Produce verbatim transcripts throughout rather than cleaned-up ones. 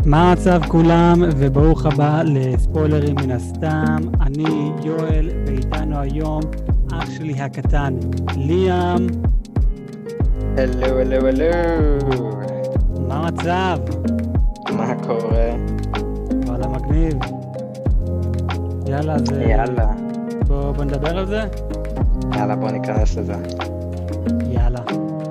מה המצב כולם, וברוך הבא לספוילרים מן הסתם. אני יואל, ואיתנו היום אח שלי הקטן, ליאם. הלו, הלו, הלו. מה המצב? מה קורה? וואלה, מגניב. יאללה, זה... יאללה. בוא, בוא נדבר על זה? יאללה, בוא ניכנס לזה. יאללה.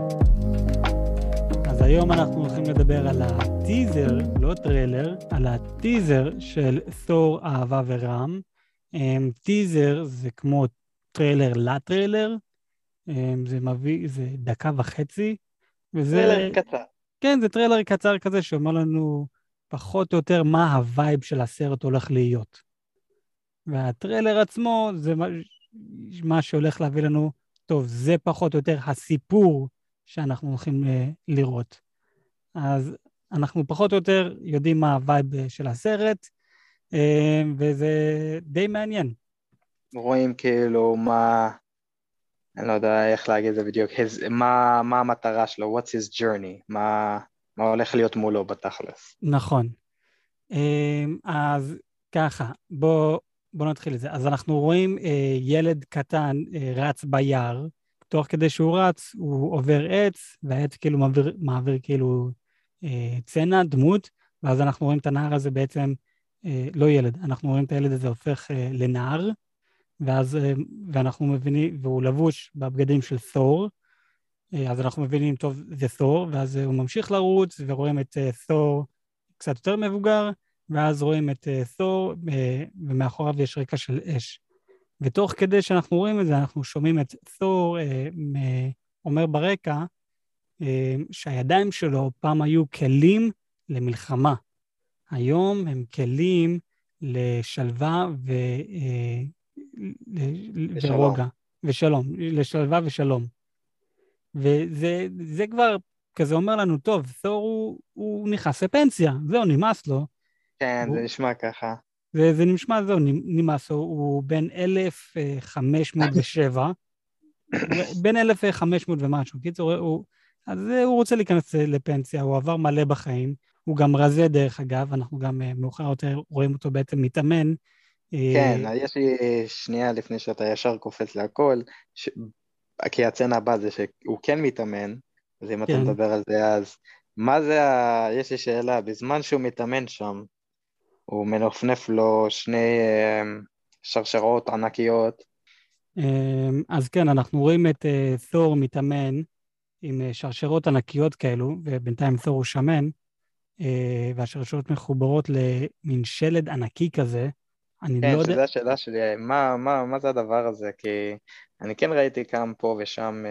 אז היום אנחנו הולכים לדבר על הטיזר, לא טריילר, על הטיזר של תור אהבה ורעם. טיזר זה כמו טריילר לטריילר, זה מביא, זה דקה וחצי. וזה... טריילר קצר. כן, זה טריילר קצר כזה שאומר לנו פחות או יותר מה הווייב של הסרט הולך להיות. והטריילר עצמו זה מה, מה שהולך להביא לנו, טוב, זה פחות או יותר הסיפור שאנחנו הולכים לראות. אז אנחנו פחות או יותר יודעים מה הווייב של הסרט, וזה די מעניין. רואים כאילו מה, אני לא יודע איך להגיד את זה בדיוק, his, מה, מה המטרה שלו, what's his journey, מה, מה הולך להיות מולו בתכלס. נכון. אז ככה, בוא, בוא נתחיל את זה. אז אנחנו רואים ילד קטן רץ ביער, תוך כדי שהוא רץ, הוא עובר עץ, והעץ כאילו מעביר, מעביר כאילו אה, צנע, דמות, ואז אנחנו רואים את הנער הזה בעצם, אה, לא ילד, אנחנו רואים את הילד הזה הופך אה, לנער, ואז, אה, ואנחנו מבינים, והוא לבוש בבגדים של תור, אה, אז אנחנו מבינים, טוב, זה תור, ואז אה, הוא ממשיך לרוץ, ורואים את אה, תור קצת יותר מבוגר, ואז רואים את אה, תור, אה, ומאחוריו יש רקע של אש. ותוך כדי שאנחנו רואים את זה, אנחנו שומעים את תור אה, אומר ברקע, אה, שהידיים שלו פעם היו כלים למלחמה. היום הם כלים לשלווה ו, אה, ושלום. ורוגע, ושלום, לשלווה ושלום. וזה זה כבר כזה אומר לנו, טוב, תור הוא, הוא נכנס לפנסיה, זהו, נמאס לו. כן, הוא... זה נשמע ככה. זה, זה נשמע, זהו, נמאס, הוא בין אלף וחמש מאות ושבע, בין אלף וחמש מאות ומשהו, קיצור, הוא, אז הוא רוצה להיכנס לפנסיה, הוא עבר מלא בחיים, הוא גם רזה דרך אגב, אנחנו גם מאוחר יותר רואים אותו בעצם מתאמן. כן, יש לי שנייה לפני שאתה ישר קופץ להכל, ש... כי הצנה הבא זה שהוא כן מתאמן, אז אם כן. אתה מדבר על זה, אז מה זה, ה... יש לי שאלה, בזמן שהוא מתאמן שם, הוא מנופנף לו שני שרשרות ענקיות. אז כן, אנחנו רואים את תור מתאמן עם שרשרות ענקיות כאלו, ובינתיים תור הוא שמן, והשרשרות מחוברות למין שלד ענקי כזה. אני כן, לא שזו יודע... השאלה שלי, מה, מה, מה זה הדבר הזה? כי אני כן ראיתי כאן פה ושם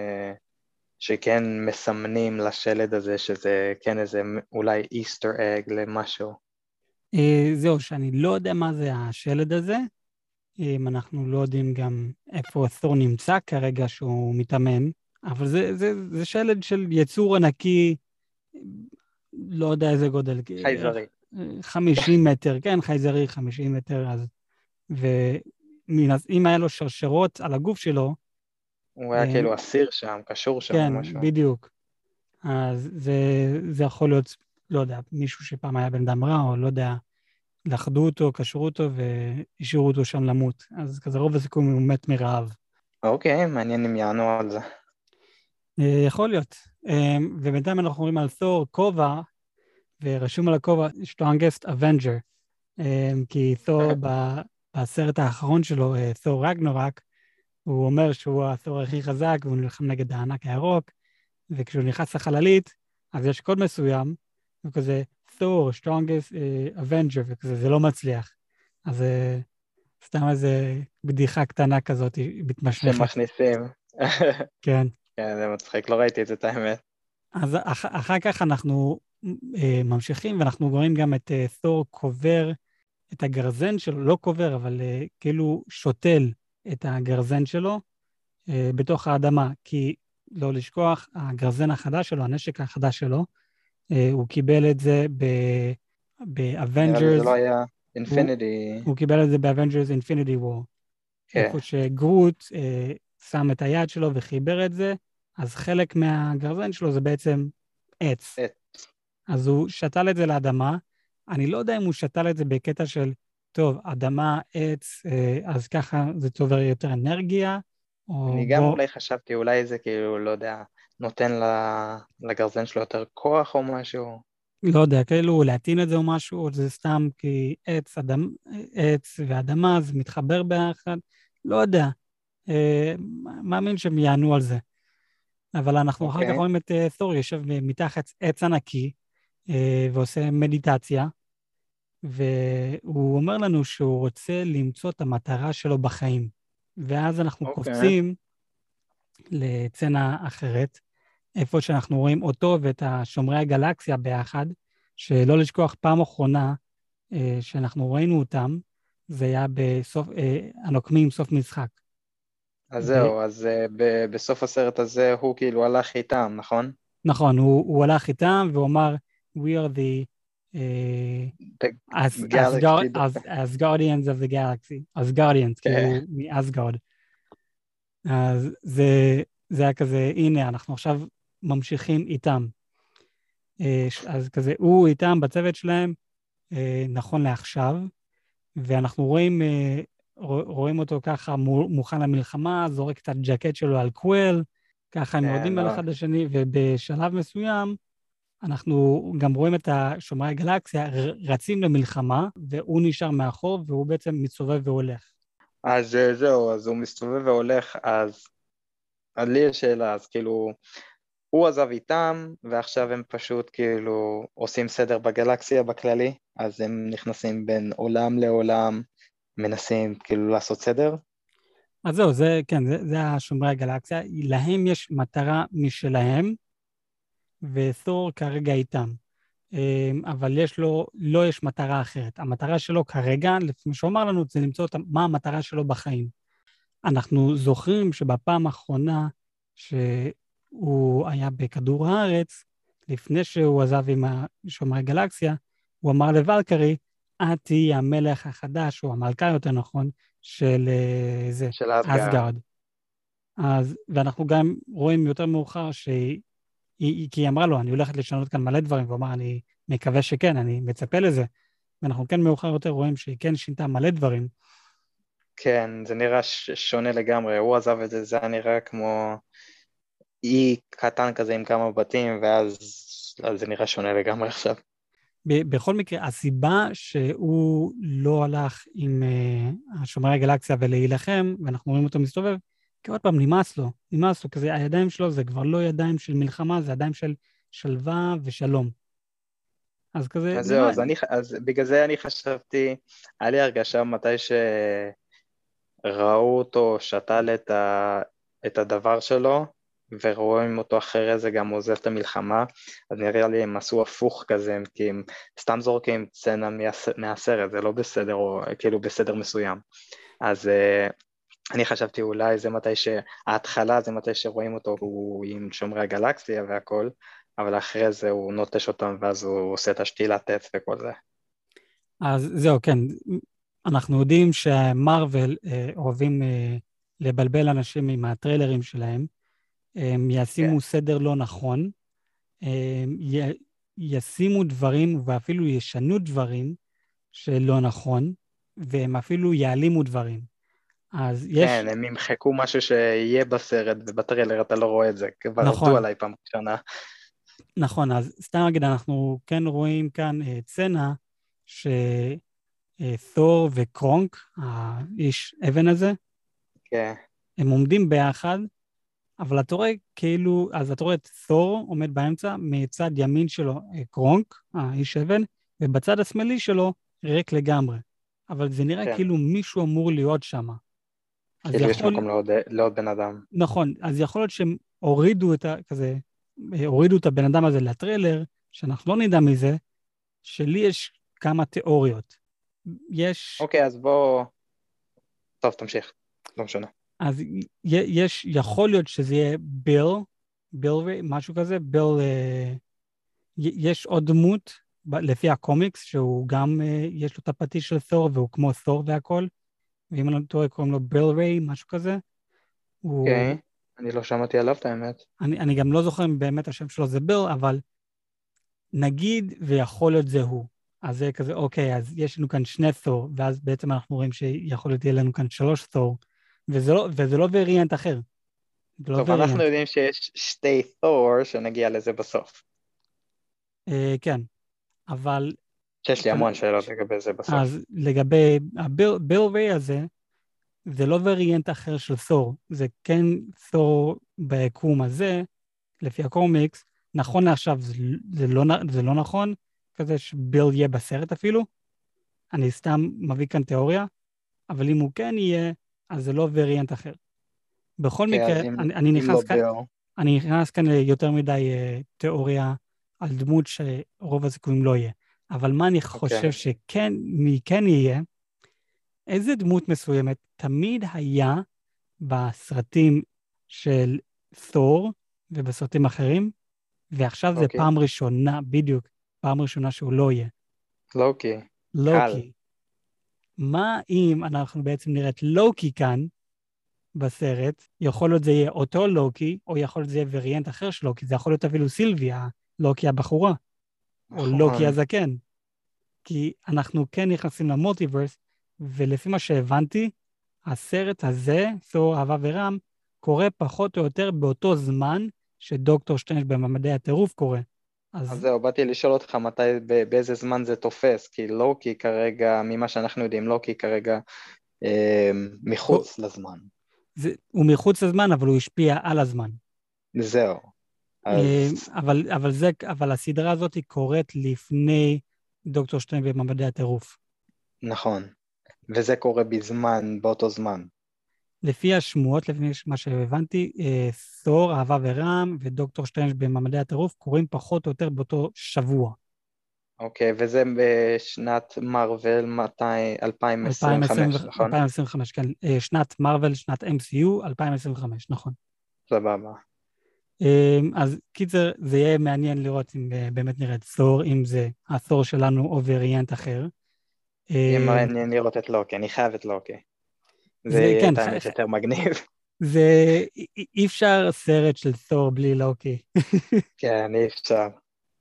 שכן מסמנים לשלד הזה, שזה כן איזה אולי איסטר אג למשהו. זהו, שאני לא יודע מה זה השלד הזה, אנחנו לא יודעים גם איפה תור נמצא כרגע שהוא מתאמן, אבל זה, זה, זה שלד של יצור ענקי, לא יודע איזה גודל. חייזרי. חמישים מטר, כן, חייזרי, חמישים מטר, אז... ואם היה לו שרשרות על הגוף שלו... הוא היה כאילו אסיר שם, קשור שם כן, משהו. בדיוק. אז זה, זה יכול להיות, לא יודע, מישהו שפעם היה בן אדם רע, או לא יודע, לחדו אותו, קשרו אותו, והשאירו אותו שם למות. אז כזה רוב הסיכוי הוא מת מרעב. אוקיי, מעניין אם יענו על זה. יכול להיות. ובינתיים אנחנו רואים על תור כובע, ורשום על הכובע, Strongest Avenger. כי תור בסרט האחרון שלו, תור רגנורק, הוא אומר שהוא התור הכי חזק, והוא נלחם נגד הענק הירוק, וכשהוא נכנס לחללית, אז יש קוד מסוים, וכזה, תור, strongest uh, avenger, וכזה, זה לא מצליח. אז uh, סתם איזה בדיחה קטנה כזאת, מתמשכת. שמכניסים. כן. כן, זה מצחיק, לא ראיתי את זה, את האמת. אז אח, אחר כך אנחנו uh, ממשיכים, ואנחנו רואים גם את uh, תור קובר את הגרזן שלו, לא קובר, אבל uh, כאילו שותל את הגרזן שלו uh, בתוך האדמה, כי לא לשכוח, הגרזן החדש שלו, הנשק החדש שלו, uh, הוא קיבל את זה ב-Avengers... זה לא היה Infinity... הוא, הוא קיבל את זה ב-Avengers Infinity War. כן. איפה שגרוט uh, שם את היד שלו וחיבר את זה, אז חלק מהגרזן שלו זה בעצם עץ. עץ. אז הוא שתל את זה לאדמה, אני לא יודע אם הוא שתל את זה בקטע של, טוב, אדמה, עץ, אה, אז ככה זה צובר יותר אנרגיה, או אני גם בוא, אולי חשבתי, אולי זה כאילו, לא יודע, נותן לגרזן שלו יותר כוח או משהו. לא יודע, כאילו להטעין את זה או משהו, או זה סתם כי עץ, אדמ, עץ ואדמה, זה מתחבר ביחד, לא יודע. אה, מאמין שהם יענו על זה. אבל אנחנו אחר כך אוקיי, רואים את אה, תור יושב מתחת עץ ענקי, אה, ועושה מדיטציה, והוא אומר לנו שהוא רוצה למצוא את המטרה שלו בחיים. ואז אנחנו אוקיי. קופצים לצנה אחרת, איפה שאנחנו רואים אותו ואת השומרי הגלקסיה ביחד, שלא לשכוח פעם אחרונה אה, שאנחנו ראינו אותם, זה היה בסוף, אה, הנוקמים סוף משחק. אז זהו, אז אה, ב- בסוף הסרט הזה הוא כאילו הלך איתם, נכון? ונכון, הוא, הוא הלך איתם והוא אמר, We are the אה, The as, Asgard, Galaxy, as, as guardians of the galaxy, as guardians, כי כן, הוא מאסגרד. אז זה, זה היה כזה, הנה, אנחנו עכשיו ממשיכים איתם. אה, ש- אז כזה, הוא איתם בצוות שלהם, אה, נכון לעכשיו, ואנחנו רואים, אה, רוא- רואים אותו ככה מו- מוכן למלחמה, זורק את הג'קט שלו על קוול, ככה הם כן, יורדים על לא. אחד לשני, ובשלב מסוים אנחנו גם רואים את שומרי הגלקסיה ר- רצים למלחמה, והוא נשאר מאחור, והוא בעצם מסתובב והולך. אז אה, זהו, אז הוא מסתובב והולך, אז אז לי יש שאלה, אז כאילו, הוא עזב איתם, ועכשיו הם פשוט כאילו עושים סדר בגלקסיה בכללי, אז הם נכנסים בין עולם לעולם, מנסים כאילו לעשות סדר. אז זהו, זה, כן, זה, זה השומרי הגלקסיה. להם יש מטרה משלהם, ותור כרגע איתם. אמ, אבל יש לו, לא יש מטרה אחרת. המטרה שלו כרגע, לפי מה שהוא אמר לנו, זה למצוא אותה, מה המטרה שלו בחיים. אנחנו זוכרים שבפעם האחרונה שהוא היה בכדור הארץ, לפני שהוא עזב עם שומרי גלקסיה, הוא אמר לוולקרי, את תהיי המלך החדש, או המלכה יותר נכון, של אה, זה, של אסגרד. אסגרד. אז, ואנחנו גם רואים יותר מאוחר שהיא, היא, כי היא אמרה לו, אני הולכת לשנות כאן מלא דברים, והוא אמר, אני מקווה שכן, אני מצפה לזה. ואנחנו כן מאוחר יותר רואים שהיא כן שינתה מלא דברים. כן, זה נראה ש- שונה לגמרי, הוא עזב את זה, זה היה נראה כמו אי קטן כזה עם כמה בתים, ואז אז זה נראה שונה לגמרי עכשיו. ב- בכל מקרה, הסיבה שהוא לא הלך עם uh, השומרי הגלקסיה ולהילחם, ואנחנו רואים אותו מסתובב, כי עוד פעם, נמאס לו, נמאס לו, כזה הידיים שלו זה כבר לא ידיים של מלחמה, זה ידיים של שלווה ושלום. אז כזה, אז זהו, נראה, אז, אני, אז בגלל זה אני חשבתי, היה לי הרגשה מתי שראו אותו שתל את, ה, את הדבר שלו, ורואים אותו אחרי זה גם עוזב את המלחמה, אז נראה לי הם עשו הפוך כזה, כי הם סתם זורקים סצנה מהס, מהסרט, זה לא בסדר, או כאילו בסדר מסוים. אז uh, אני חשבתי אולי זה מתי שההתחלה זה מתי שרואים אותו, הוא עם שומרי הגלקסיה והכל, אבל אחרי זה הוא נוטש אותם, ואז הוא עושה את השתילת עץ וכל זה. אז זהו, כן, אנחנו יודעים שמרוול אה, אוהבים אה, לבלבל אנשים עם הטריילרים שלהם, הם כן. ישימו סדר לא נכון, הם י, ישימו דברים ואפילו ישנו דברים שלא נכון, והם אפילו יעלימו דברים. אז יש, כן, הם ימחקו משהו שיהיה בסרט, ובטריילר אתה לא רואה את זה, כבר עבדו נכון, עליי פעם ראשונה. נכון, אז סתם נגיד, אנחנו כן רואים כאן אה, סצנה שתור וקרונק, האיש אבן הזה, כן, הם עומדים ביחד, אבל אתה רואה כאילו, אז אתה רואה את תור עומד באמצע, מצד ימין שלו אה, קרונק, האיש אבן, ובצד השמאלי שלו ריק לגמרי. אבל זה נראה כן, כאילו מישהו אמור להיות שם. אז כאילו יש יכול, מקום לעוד, לעוד בן אדם. נכון, אז יכול להיות שהם הורידו את ה... כזה, אה, הורידו את הבן אדם הזה לטריילר, שאנחנו לא נדע מזה, שלי יש כמה תיאוריות. יש, אוקיי, אז בוא... טוב, תמשיך, לא משנה. אז י- יש, יכול להיות שזה יהיה ביל, ביל, רי- משהו כזה, ביל, אה, י- יש עוד דמות, ב- לפי הקומיקס, שהוא גם, אה, יש לו את הפטיש של תור, והוא כמו תור והכל, ואם אני לא טועה, קוראים לו ביל ריי, משהו כזה. הוא, אוקיי, אני לא שמעתי עליו את האמת. אני, אני גם לא זוכר אם באמת השם שלו זה ביל, אבל נגיד ויכול להיות זה הוא. אז זה כזה, אוקיי, אז יש לנו כאן שני תור, ואז בעצם אנחנו רואים שיכול להיות יהיה לנו כאן שלוש תור, וזה לא, וזה לא וריאנט אחר. זה לא טוב, אנחנו וריאנט. יודעים שיש שתי תור, שנגיע לזה בסוף. אה, כן, אבל, שיש לי אבל המון שאלות לגבי זה בסוף. אז לגבי הביל ריי הזה, זה לא וריאנט אחר של תור, זה כן תור ביקום הזה, לפי הקומיקס, נכון לעכשיו זה, זה, לא, זה לא נכון, כזה שביל יהיה בסרט אפילו, אני סתם מביא כאן תיאוריה, אבל אם הוא כן יהיה, אז זה לא וריאנט אחר. בכל אוקיי, מקרה, אז אם, אני, אני, אם לא נכנס כאן, ביל, אני נכנס כאן ליותר מדי uh, תיאוריה על דמות שרוב הסיכויים לא יהיה. אבל מה אני אוקיי. חושב שכן, מי כן יהיה, איזה דמות מסוימת תמיד היה בסרטים של תור ובסרטים אחרים, ועכשיו זה לוקי. פעם ראשונה, בדיוק, פעם ראשונה שהוא לא יהיה. לוקי. קל. לוקי. מה אם אנחנו בעצם נראה את לוקי כאן בסרט? יכול להיות זה יהיה אותו לוקי, או יכול להיות זה יהיה וריאנט אחר של לוקי, זה יכול להיות אפילו סילביה, לוקי הבחורה, או לוקי נכון. הזקן. כי אנחנו כן נכנסים למולטיברס, ולפי מה שהבנתי, הסרט הזה, תור אהבה ורם, קורה פחות או יותר באותו זמן שדוקטור שטיינש בממדי הטירוף קורה. אז אז זהו, באתי לשאול אותך מתי, באיזה זמן זה תופס, כי לוקי כרגע, ממה שאנחנו יודעים, לוקי כרגע אה, מחוץ לזמן. זה, הוא מחוץ לזמן, אבל הוא השפיע על הזמן. זהו. אז אה, אבל, אבל, זה, אבל הסדרה הזאת היא קורית לפני דוקטור שטיין בממדי הטירוף. נכון. וזה קורה בזמן, באותו זמן. לפי השמועות, לפי מה שהבנתי, אה, תור, אהבה ורעם ודוקטור שטיינש בממדי הטירוף קורים פחות או יותר באותו שבוע. אוקיי, וזה בשנת מרוול אלפיים עשרים וחמש, נכון? אלפיים עשרים וחמש, כן. אה, שנת מרוול, שנת אם סי יו, אלפיים עשרים וחמש, נכון. סבבה. אה, אז קיצר, זה יהיה מעניין לראות אם אה, באמת נראה את תור, אם זה התור שלנו או וריאנט אחר. יהיה אה, מעניין לראות את לוקי, אני חייב את לוקי. זה זה, יהיה כן, את האמת ח- יותר מגניב. זה, אי אי אפשר סרט של תור בלי לוקי. כן, אי אפשר.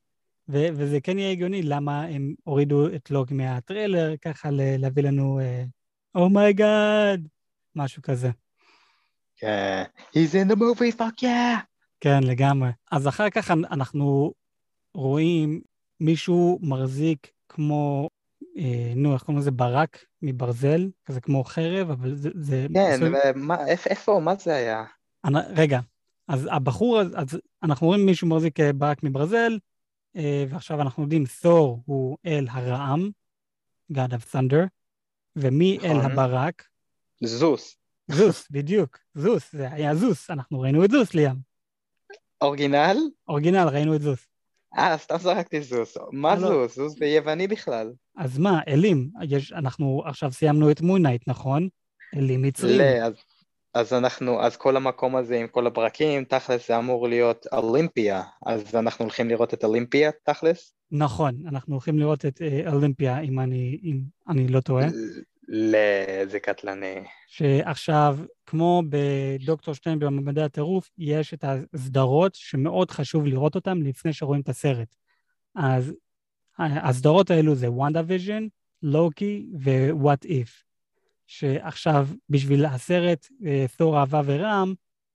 ו- וזה כן יהיה הגיוני למה הם הורידו את לוקי מהטריילר, ככה ל- להביא לנו, אומייגאד, משהו כזה. כן. He's in the movie, fuck yeah! כן, לגמרי. אז אחר כך אנ- אנחנו רואים מישהו מחזיק כמו, אה, נו, איך קוראים לזה? ברק מברזל, כזה כמו חרב, אבל זה... זה כן, מסוג... ומה, איפה, איפה, מה זה היה? אני, רגע, אז הבחור, אז, אז אנחנו רואים מישהו מחזיק אה, ברק מברזל, אה, ועכשיו אנחנו יודעים, תור הוא אל הרעם, God of Thunder, ומי אל נכון. הברק? זוס. זוס, בדיוק, זוס, זה היה זוס, אנחנו ראינו את זוס, ליאם. אורגינל? אורגינל, ראינו את זוס. אה, סתם זרקתי זוס. מה לא, לא. זוס? זוס ביווני בכלל. אז מה, אלים, יש, אנחנו עכשיו סיימנו את מונייט, נכון? אלים לא, מצרים. אז, אז אנחנו, אז כל המקום הזה עם כל הברקים, תכלס זה אמור להיות אולימפיה. אז אנחנו הולכים לראות את אולימפיה, תכלס? נכון, אנחנו הולכים לראות את אה, אולימפיה, אם אני, אם אני לא טועה. לא, זה קטלני. שעכשיו, כמו בדוקטור שטיין במדעי הטירוף, יש את הסדרות שמאוד חשוב לראות אותן לפני שרואים את הסרט. אז הסדרות האלו זה וונדה ויז'ן, לוקי ו-What If. שעכשיו, בשביל הסרט תור אהבה ורעם,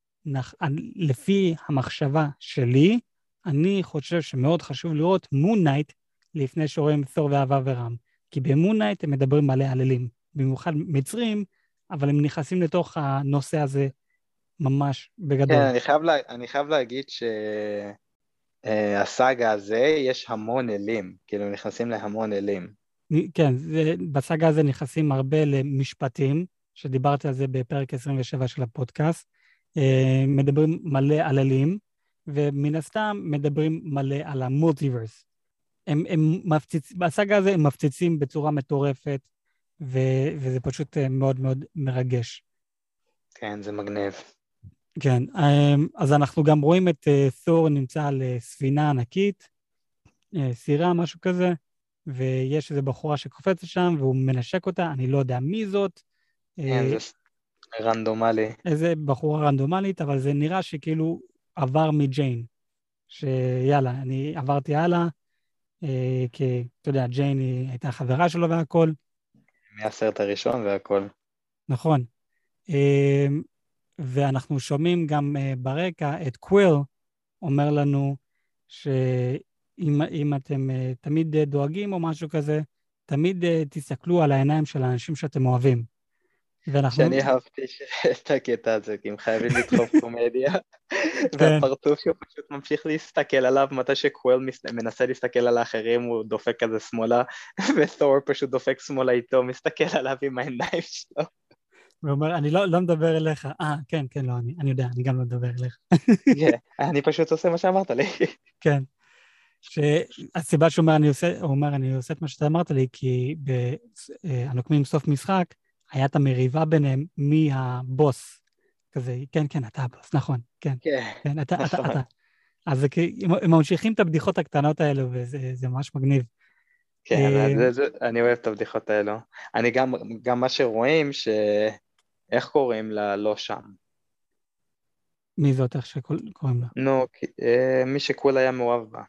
לפי המחשבה שלי, אני חושב שמאוד חשוב לראות מונייט לפני שרואים תור ואהבה ורעם. כי במונייט הם מדברים מלא עללים, במיוחד מצרים, אבל הם נכנסים לתוך הנושא הזה ממש בגדול. כן, אני חייב, לה, אני חייב להגיד שהסאגה הזה, יש המון אלים, כאילו נכנסים להמון אלים. כן, זה, בסאגה הזה נכנסים הרבה למשפטים, שדיברתי על זה בפרק עשרים ושבע של הפודקאסט, מדברים מלא על אלים, ומן הסתם מדברים מלא על המולטיברס. הם, הם מפציצ... בסאגה הזה הם מפציצים בצורה מטורפת, ו... וזה פשוט מאוד מאוד מרגש. כן, זה מגניב. כן, אז אנחנו גם רואים את תור נמצא על ספינה ענקית, סירה, משהו כזה, ויש איזו בחורה שקופצת שם, והוא מנשק אותה, אני לא יודע מי זאת. כן, זה רנדומלי. איזה בחורה רנדומלית, אבל זה נראה שכאילו עבר מג'יין. שיאללה, אני עברתי הלאה, אה, כי, אתה יודע, ג'יין היא הייתה חברה שלו והכל, מהסרט הראשון והכל. נכון. אה, ואנחנו שומעים גם אה, ברקע את קוויל אומר לנו שאם אם אתם אה, תמיד אה, דואגים או משהו כזה, תמיד אה, תסתכלו על העיניים של האנשים שאתם אוהבים. ואנחנו, שאני אהבתי ש- את הקטע הזה, כי הם חייבים לדחוף קומדיה, כן, והפרצוף שהוא פשוט ממשיך להסתכל עליו, מתי שקוויל מס- מנסה להסתכל על האחרים, הוא דופק כזה שמאלה, ותור פשוט דופק שמאלה איתו, מסתכל עליו עם העיניים שלו. הוא אומר, אני לא, לא מדבר אליך. אה, כן, כן, לא, אני, אני יודע, אני גם לא מדבר אליך. כן, אני פשוט עושה מה שאמרת לי. כן. שהסיבה שהוא אומר, אני עושה, הוא אומר, אני עושה את מה שאתה אמרת לי, כי ב"הנוקמים סוף משחק", היה את המריבה ביניהם מי הבוס. כזה, כן, כן, אתה הבוס, נכון, כן, כן, כן, אתה, אתה, נכון. אתה. אז זה כי, הם הם ממשיכים את הבדיחות הקטנות האלו, וזה זה ממש מגניב. כן, אז אה, זה, זה, אני אוהב את הבדיחות האלו. אני גם, גם מה שרואים, ש... איך קוראים לה לא שם? מי זאת, איך שקוראים לה? נו, כי- אה, מי שקוויל היה מאוהב בה.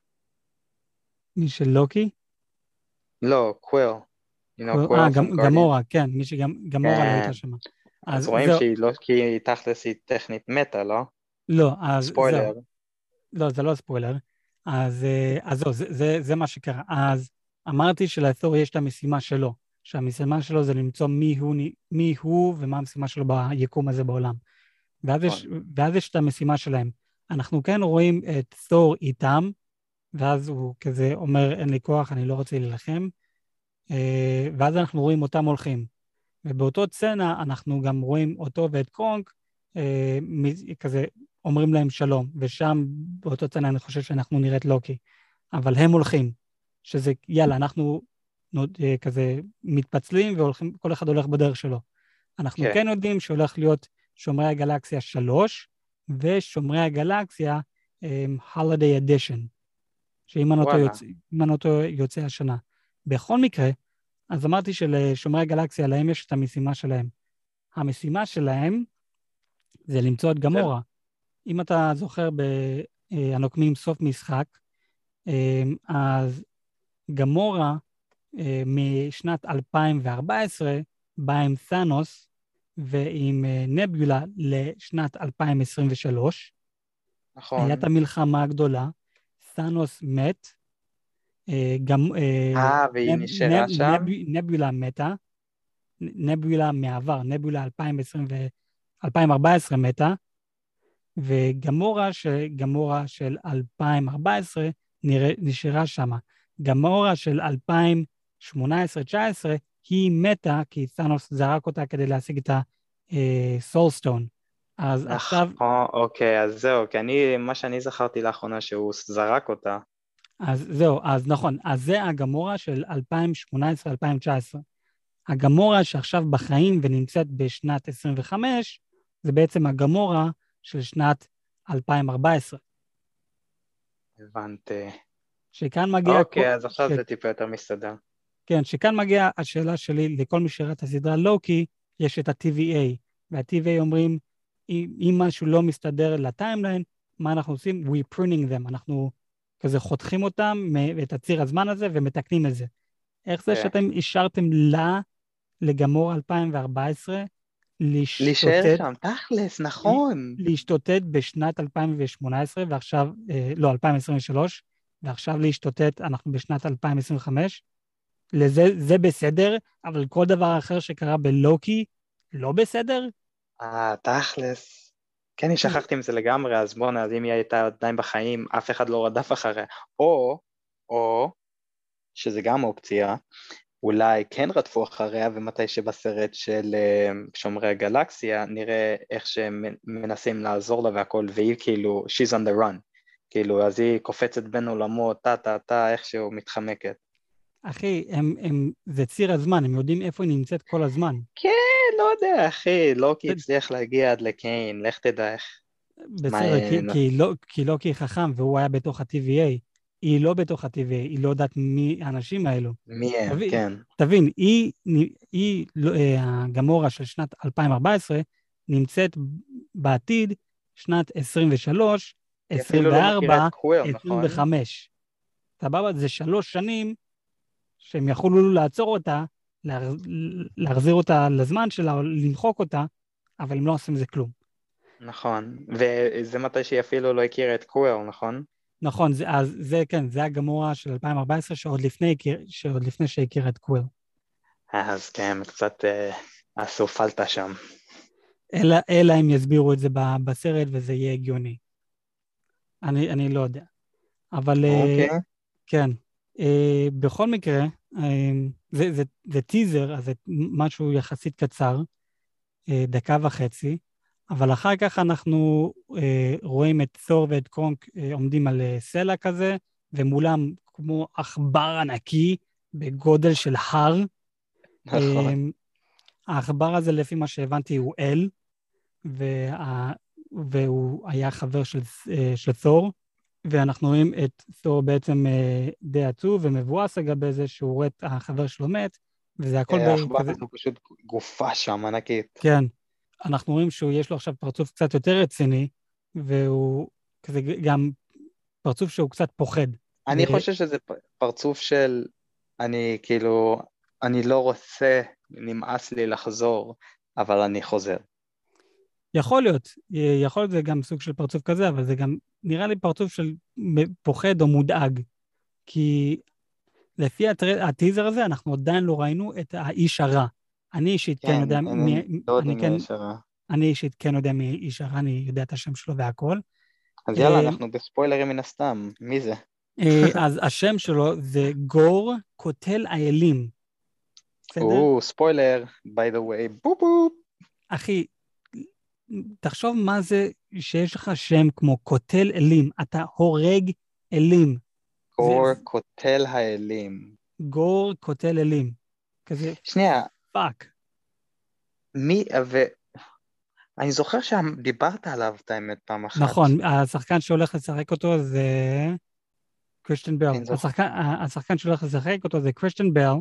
מי של לוקי? לא, קוויל. You know, אה, קוויל from גמ- Guardian. גמורה, כן, מי שגם, גמורה לא הייתה כן. שם. אז אז רואים זהו, שהיא לא, כי היא תכלס היא טכנית מתה, לא? לא, אז זהו. ספוילר. לא, זה לא ספוילר. אז, אה, אז זהו, זה, זה, זה מה שקרה. אז אמרתי שלתור יש את המשימה שלו, שהמשימה שלו זה למצוא מי הוא, מי הוא ומה המשימה שלו ביקום הזה בעולם. ואז יש, נכון. ואז יש את המשימה שלהם. אנחנו כן רואים את תור איתם, ואז הוא כזה אומר, אין לי כוח, אני לא רוצה להילחם. אה, ואז אנחנו רואים אותם הולכים. ובאותו סצנה אנחנו גם רואים אותו ואת קרונק, אה, מ- כזה אומרים להם שלום, ושם באותו סצנה אני חושב שאנחנו נראה את לוקי. אבל הם הולכים, שזה יאללה, אנחנו נות- אה, כזה מתפצלים והולכים, כל אחד הולך בדרך שלו. אנחנו כן, כן יודעים שהולך להיות שומרי הגלקסיה שלוש, ושומרי הגלקסיה אה, Holiday Edition, שאם אני לא טועה וואלה. יוצא, אם אני לא טועה, יוצא השנה. בכל מקרה, אז אמרתי שלשומרי הגלקסיה, להם יש את המשימה שלהם. המשימה שלהם זה למצוא את זה... גמורה. אם אתה זוכר ב"הנוקמים סוף משחק", אה, אז גמורה אה, משנת אלפיים וארבע עשרה באה עם ת'אנוס ועם אה, נביולה לשנת אלפיים עשרים ושלוש. היה את נכון. המלחמה הגדולה, ת'אנוס מת, אה, גם אה, אה, והיא נב, נשארה נב, נב, שם? נביולה מתה, נביולה מעבר, נביולה אלפיים ועשרים ו... אלפיים וארבע עשרה מתה, וגמורה, שגמורה של אלפיים וארבע עשרה נראה, נשארה שמה. גמורה של אלפיים שמונה עשרה תשע עשרה היא מתה, כי ת'אנוס זרק אותה כדי להשיג את הסולסטון. אז עכשיו, נכון, אוקיי, אז זהו, כי אני, מה שאני זכרתי לאחרונה שהוא זרק אותה. אז זהו, אז נכון, אז זה הגמורה של אלפיים שמונה עשרה אלפיים תשע עשרה. הגמורה שעכשיו בחיים ונמצאת בשנת עשרים וחמש, זה בעצם הגמורה של שנת אלפיים וארבע עשרה. הבנתי. שכאן מגיע, אוקיי, אז ש... עכשיו זה טיפה יותר מסתדר. כן, שכאן מגיעה השאלה שלי לכל מי שראה את הסדרה לוקי, יש את ה-טי וי איי, וה-טי וי איי אומרים, אם, אם משהו לא מסתדר לטיימליין, מה אנחנו עושים? We pruning them, אנחנו כזה חותכים אותם, את הציר הזמן הזה, ומתקנים את זה. איך זה כן. שאתם אישרתם לה, לגמור אלפיים וארבע עשרה, להישאר להשתותת, שם, תכלס, נכון. להשתותת בשנת אלפיים ושמונה עשרה, ועכשיו, אה, לא, אלפיים עשרים ושלוש, ועכשיו להשתותת, אנחנו בשנת אלפיים עשרים וחמש, לזה, זה בסדר, אבל כל דבר אחר שקרה בלוקי, לא בסדר? אה, תכלס. כן, אני שכחתי מזה לגמרי, אז בואנה, אז אם היא הייתה עדיין בחיים, אף אחד לא רדף אחריה. או, או, שזה גם אופציה, אולי כן רדפו אחריה, ומתי שבסרט של אה, שומרי הגלקסיה, נראה איך שהם מנסים לעזור לה והכל, והיא כאילו, she's on the run. כאילו, אז היא קופצת בין עולמות, טה טה טה, איכשהו מתחמקת. אחי, הם, הם, זה ציר הזמן, הם יודעים איפה היא נמצאת כל הזמן. כן, לא יודע, אחי, לוקי ב- הצליח להגיע עד לקיין, לך תדע איך. מה, בסדר, כי, אה, כי, לא, כי לוקי חכם והוא היה בתוך ה-טי וי איי. היא לא בתוך ה-טי וי איי, היא לא יודעת מי האנשים האלו. מי הם, תבין, כן. תבין היא, היא, לא, אה, הגמורה של שנת אלפיים וארבע עשרה נמצאת בעתיד שנת עשרים ושלוש, היא אפילו לא מכירה את עשרים וארבע, קוויל, נכון? עשרים וחמש. סבבה, זה שלוש שנים שהם יכולו לעצור אותה, להחזיר אותה לזמן שלה, או למחוק אותה, אבל הם לא עושים זה כלום. נכון, וזה מתי שהיא אפילו לא הכירה את קוויל, נכון? נכון, זה, אז זה כן, זה הגמורה של אלפיים וארבע עשרה, שעוד לפני, שעוד לפני שהכירה את קוויל. אז כן, קצת אה, עשו פלטה שם. אלא, אלא הם יסבירו את זה בסרט, וזה יהיה הגיוני. אני, אני לא יודע. אבל אוקיי. uh, כן, uh, בכל מקרה, uh, זה, זה, זה טיזר, אז זה משהו יחסית קצר, uh, דקה וחצי, אבל אחר כך אנחנו uh, רואים את תור ואת קרונק uh, עומדים על uh, סלע כזה, ומולם כמו עכבר ענקי בגודל של הר. נכון. Uh, העכבר הזה, לפי מה שהבנתי, הוא אל, וה... והוא היה חבר של, של תור, ואנחנו רואים את תור בעצם די עצוב ומבואס לגבי זה שהוא רואה את החבר שלו מת, וזה הכל העכבר בכזה... הוא פשוט גופה שם ענקית. כן, אנחנו רואים שהוא יש לו עכשיו פרצוף קצת יותר רציני, והוא כזה גם פרצוף שהוא קצת פוחד. אני ו... חושב שזה פרצוף של, אני כאילו, אני לא רוצה, נמאס לי לחזור, אבל אני חוזר. יכול להיות, יכול להיות זה גם סוג של פרצוף כזה, אבל זה גם נראה לי פרצוף של פוחד או מודאג, כי לפי הטיזר הזה אנחנו עדיין לא ראינו את האיש הרע. אני אישית כן כן, יודע, אין, מי, לא אני יודעים כן, מי ישרה. אני אישית כן יודע מי איש הרע, אני יודע את השם שלו והכל. אז יאללה, אנחנו בספוילרים מן הסתם, מי זה? אז השם שלו זה גור קוטל האלים. בסדר? או, ספוילר, by the way, בופ בופ. אחי, תחשוב מה זה שיש לך שם כמו קוטל אלים, אתה הורג אלים. גור קוטל האלים. גור קוטל אלים. כזה, שנייה. פאק. מי, ו... אני זוכר שדיברת עליו את האמת פעם אחת. נכון, השחקן שהולך לשחק אותו זה קריסטיאן בל. כן, השחקן, השחקן שהולך לשחק אותו זה קריסטיאן בל,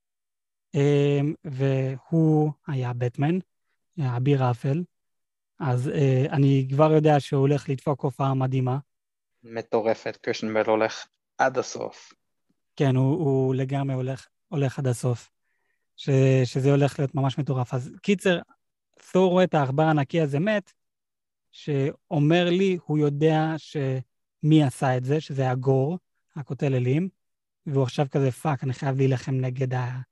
והוא היה בטמן, אביר אפל, אז אני כבר יודע שהוא הולך לדפוק הופעה מדהימה. מטורפת, קריסטיאן בל הולך עד הסוף. כן, הוא, הוא לגמרי הולך, הולך עד הסוף, ש, שזה הולך להיות ממש מטורף. אז קיצר, תור רואה את העכבר הענקי הזה מת, שאומר לי, הוא יודע שמי עשה את זה, שזה הגור, הקוטל אלים, והוא עכשיו כזה, פאק, אני חייב להילחם נגד